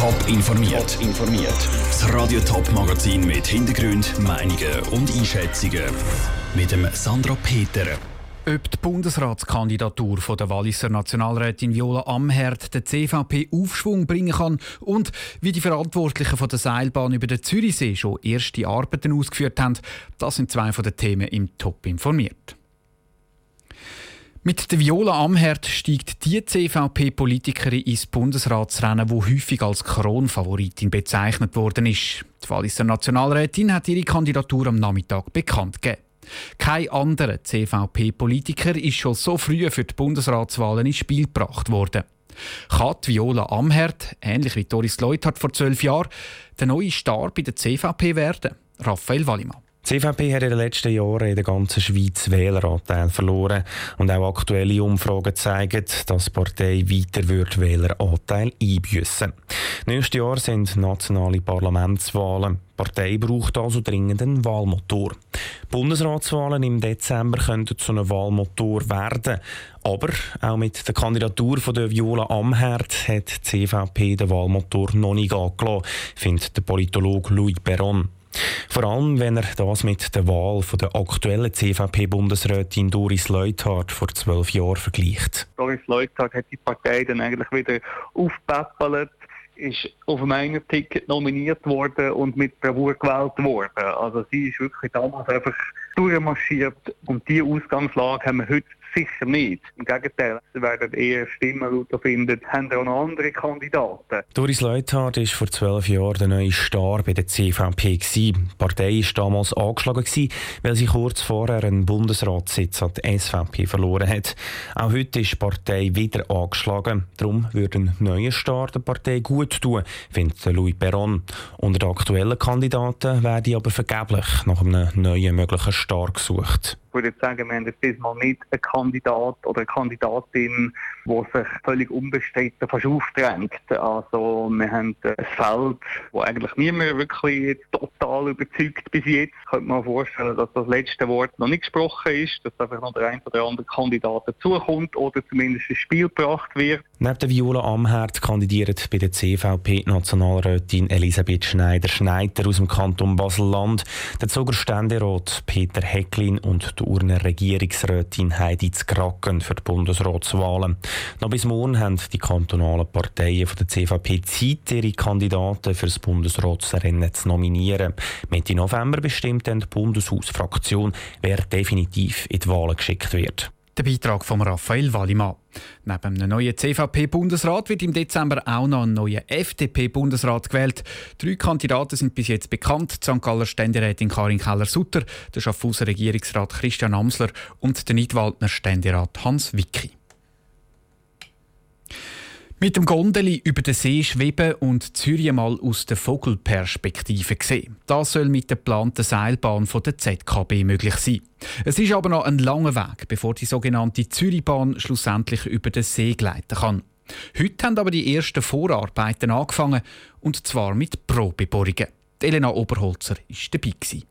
Top informiert. Das Radio Top Magazin mit Hintergrund, Meinungen und Einschätzungen mit dem Sandra Peter. Ob die Bundesratskandidatur von der Walliser Nationalrätin Viola Amherd der CVP Aufschwung bringen kann und wie die Verantwortlichen von der Seilbahn über den Zürichsee schon erste Arbeiten ausgeführt haben, das sind zwei von den Themen im Top informiert. Mit der Viola Amherd steigt die CVP-Politikerin ins Bundesratsrennen, die häufig als Kronfavoritin bezeichnet worden ist. Die Walliser Nationalrätin hat ihre Kandidatur am Nachmittag bekannt gegeben. Kein anderer CVP-Politiker ist schon so früh für die Bundesratswahlen ins Spiel gebracht worden. Kann die Viola Amherd, ähnlich wie Doris Leuthard vor 12 Jahren, der neue Star bei der CVP werden? Raphael Wallimann. Die CVP hat in den letzten Jahren in der ganzen Schweiz Wähleranteil verloren. Und auch aktuelle Umfragen zeigen, dass die Partei weiter Wähleranteil einbüssen. Nächstes Jahr sind nationale Parlamentswahlen. Die Partei braucht also dringend einen Wahlmotor. Bundesratswahlen im Dezember könnten zu einem Wahlmotor werden. Aber auch mit der Kandidatur von der Viola Amherd hat die CVP den Wahlmotor noch nicht angelassen, findet der Politologe Louis Perron. Vor allem, wenn er das mit der Wahl von der aktuellen CVP-Bundesrätin Doris Leuthard vor 12 Jahren vergleicht. Doris Leuthard hat die Partei dann eigentlich wieder aufgepäppelt, ist auf einem Ticket nominiert worden und mit Bravour gewählt worden. Also sie ist wirklich damals einfach durchmarschiert und diese Ausgangslage haben wir heute sicher nicht. Im Gegenteil, sie werden eher Stimmen lauter finden, haben auch noch andere Kandidaten. Doris Leuthard war vor 12 Jahren der neue Star bei der CVP. Die Partei war damals angeschlagen, weil sie kurz vorher einen Bundesratssitz an die SVP verloren hat. Auch heute ist die Partei wieder angeschlagen. Darum würde ein neuer Star der Partei gut tun, findet Louis Perron. Unter den aktuellen Kandidaten werde aber vergeblich nach einem neuen möglichen Star gesucht. Ich würde sagen, wir haben jetzt diesmal nicht einen Kandidat oder eine Kandidatin, die sich völlig unbestritten fast aufdrängt. Also wir haben ein Feld, wo eigentlich niemand wirklich total überzeugt bis jetzt. Ich könnte mir vorstellen, dass das letzte Wort noch nicht gesprochen ist, dass einfach noch der ein oder andere Kandidat dazukommt oder zumindest ins Spiel gebracht wird. Neben der Viola Amherd kandidiert bei der CVP Nationalrätin Elisabeth Schneider aus dem Kanton Basel-Land, der Zuger Ständerat Peter Hecklin und die Urner Regierungsrätin Heidi Zkracken für die Bundesratswahlen. Noch bis morgen haben die kantonalen Parteien von der CVP Zeit, ihre Kandidaten für das Bundesratsrennen zu nominieren. Mitte November bestimmt dann die Bundeshausfraktion, wer definitiv in die Wahlen geschickt wird. Der Beitrag von Raphael Wallimann. Neben einem neuen CVP-Bundesrat wird im Dezember auch noch ein neuer FDP-Bundesrat gewählt. 3 Kandidaten sind bis jetzt bekannt: die St. Galler Ständerätin Karin Keller-Sutter, der Schaffhauser Regierungsrat Christian Amsler und der Nidwaldner Ständerat Hans Wicki. Mit dem Gondeli über den See schweben und Zürich mal aus der Vogelperspektive sehen. Das soll mit der geplanten Seilbahn von der ZKB möglich sein. Es ist aber noch ein langer Weg, bevor die sogenannte Zürichbahn schlussendlich über den See gleiten kann. Heute haben aber die ersten Vorarbeiten angefangen, und zwar mit Probebohrungen. Elena Oberholzer war dabei.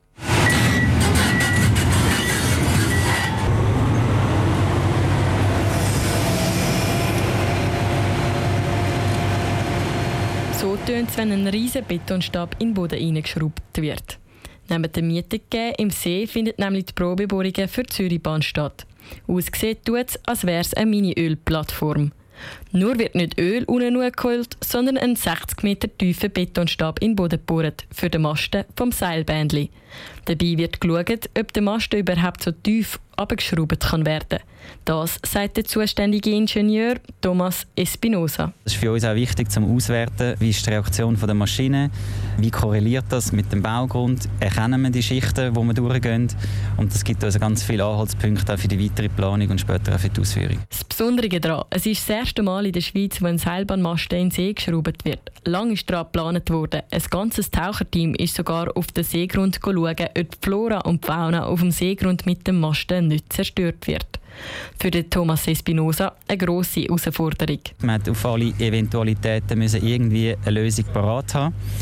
So tönt es, wenn ein riesiger Betonstab in den Boden hineingeschraubt wird. Neben der Mietengänge im See findet nämlich die Probebohrungen für die Zürichbahn statt. Ausgesehen tut es, als wäre es eine Mini-Ölplattform. Nur wird nicht Öl unten geholt, sondern ein 60 Meter tiefer Betonstab in den Boden gebohrt für den Masten vom Seilbändli. Dabei wird geschaut, ob der Masten überhaupt so tief abgeschraubt werden kann. Das sagt der zuständige Ingenieur Thomas Espinosa. Es ist für uns auch wichtig zum Auswerten, wie ist die Reaktion der Maschine, wie korreliert das mit dem Baugrund, erkennen wir die Schichten, die wir durchgehen, und das gibt uns ganz viele Anhaltspunkte auch für die weitere Planung und später auch für die Ausführung. Das Besondere daran, es ist das erste Mal in der Schweiz, wo ein Seilbahnmasten in den See geschraubt wird. Lange ist daran geplant worden. Ein ganzes Taucherteam ist sogar auf den Seegrund schauen, ob die Flora und die Fauna auf dem Seegrund mit dem Masten nicht zerstört wird. Für den Thomas Espinosa eine grosse Herausforderung. Man musste auf alle Eventualitäten irgendwie eine Lösung parat haben.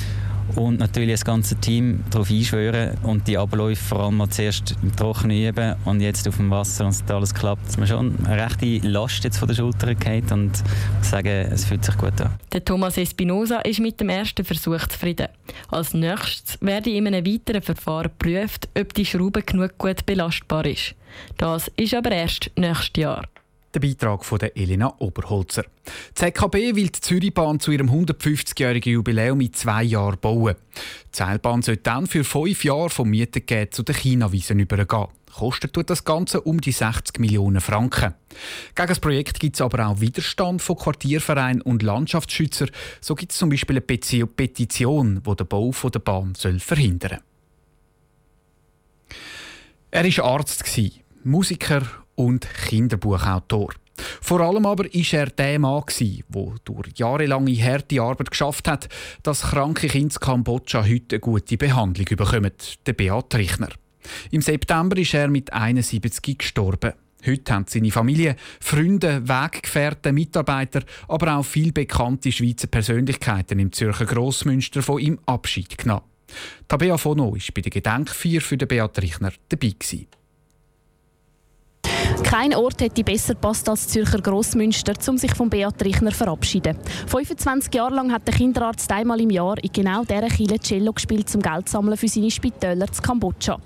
und natürlich das ganze Team darauf einschwören und die Abläufe vor allem mal zuerst im Trockenen üben und jetzt auf dem Wasser und es alles klappt, dass man schon eine rechte Last jetzt von der Schulter geht und sagen, es fühlt sich gut an. Der Thomas Espinosa ist mit dem ersten Versuch zufrieden. Als nächstes werde in einem weiteren Verfahren geprüft, ob die Schraube genug gut belastbar ist. Das ist aber erst nächstes Jahr. Der Beitrag von der Elena Oberholzer. Die ZKB will die Zürichbahn zu ihrem 150-jährigen Jubiläum in 2 Jahren bauen. Die Seilbahn soll dann für 5 Jahre vom Mietengeld zu den Chinawiesen übergehen. Kostet tut das Ganze um die 60 Millionen Franken. Gegen das Projekt gibt es aber auch Widerstand von Quartiervereinen und Landschaftsschützern. So gibt es zum Beispiel eine Petition, die den Bau der Bahn verhindern soll. Er war Arzt, Musiker und Kinderbuchautor. Vor allem aber war er der Mann, der durch jahrelange harte Arbeit geschafft hat, dass kranke Kinder in Kambodscha heute eine gute Behandlung bekommen, der Beat Richner. Im September ist er mit 71 gestorben. Heute haben seine Familie, Freunde, Weggefährten, Mitarbeiter, aber auch viele bekannte Schweizer Persönlichkeiten im Zürcher Grossmünster von ihm Abschied genommen. Tabea Fono war bei der Gedenkfeier für den Beat Richner dabei gewesen. Kein Ort hätte besser gepasst als Zürcher Grossmünster, um sich von Beat Richner zu verabschieden. 25 Jahre lang hat der Kinderarzt einmal im Jahr in genau dieser Kirche Cello gespielt, um Geld zu sammeln für seine Spitäler in Kambodscha.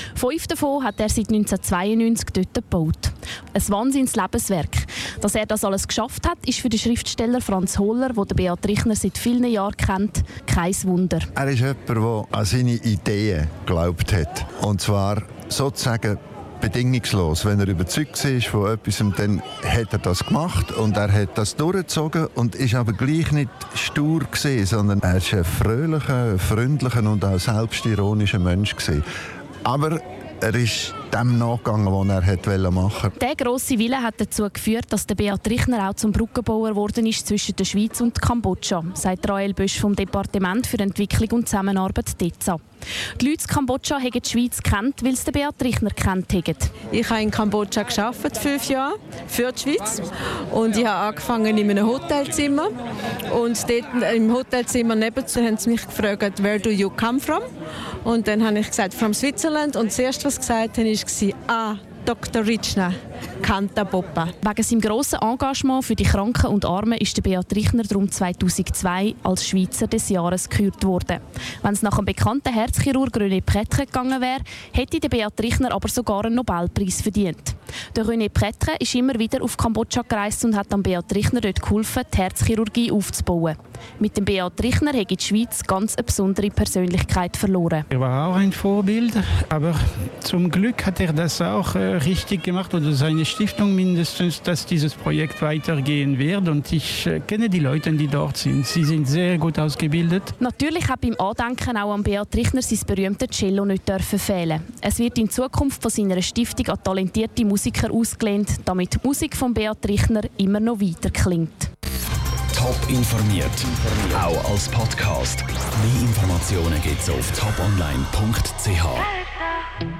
5 davon hat er seit 1992 dort gebaut. Ein Wahnsinns-Lebenswerk. Dass er das alles geschafft hat, ist für den Schriftsteller Franz Holler, der Beat Richner seit vielen Jahren kennt, kein Wunder. Er ist jemand, der an seine Ideen geglaubt hat. Und zwar sozusagen bedingungslos. Wenn er überzeugt war von etwas, dann hat er das gemacht und er hat das durchgezogen und ist aber gleich nicht stur gewesen, sondern er war ein fröhlicher, freundlicher und auch selbstironischer Mensch gewesen. Aber er ist dem nachgegangen, was er machen wollte. Dieser grosse Wille hat dazu geführt, dass der Beat Richner auch zum Brückenbauer geworden ist zwischen der Schweiz und Kambodscha, sagt Rael Bösch vom Departement für Entwicklung und Zusammenarbeit DEZA. Die Leute in Kambodscha haben die Schweiz gekannt, weil sie den Beat Richner kennt haben. Ich habe in Kambodscha gearbeitet, 5 Jahre für die Schweiz. Und ich habe angefangen in einem Hotelzimmer. Und dort im Hotelzimmer nebenzu haben sie mich gefragt, «Where do you come from?» Und dann habe ich gesagt, «From Switzerland.» Und das Erste, was gesagt habe, war, Dr. Richner, Kanta Poppa. Wegen seinem grossen Engagement für die Kranken und Armen ist der Beat Richner darum 2002 als Schweizer des Jahres gekürt worden. Wenn es nach dem bekannten Herzchirurg René Prétre gegangen wäre, hätte der Beat Richner aber sogar einen Nobelpreis verdient. Der René Prétre ist immer wieder auf Kambodscha gereist und hat am Beat Richner dort geholfen, die Herzchirurgie aufzubauen. Mit dem Beat Richner hat die Schweiz ganz eine besondere Persönlichkeit verloren. Er war auch ein Vorbild, aber zum Glück hat er das auch richtig gemacht, oder seine Stiftung mindestens, dass dieses Projekt weitergehen wird. Und ich kenne die Leute, die dort sind. Sie sind sehr gut ausgebildet. Natürlich hat beim Andenken auch an Beat Richner sein berühmtes Cello nicht fehlen. Es wird in Zukunft von seiner Stiftung an talentierte Musiker ausgelehnt, damit die Musik von Beat Richner immer noch weiter klingt. Top informiert, auch als Podcast. Mehr Informationen gibt's auf toponline.ch.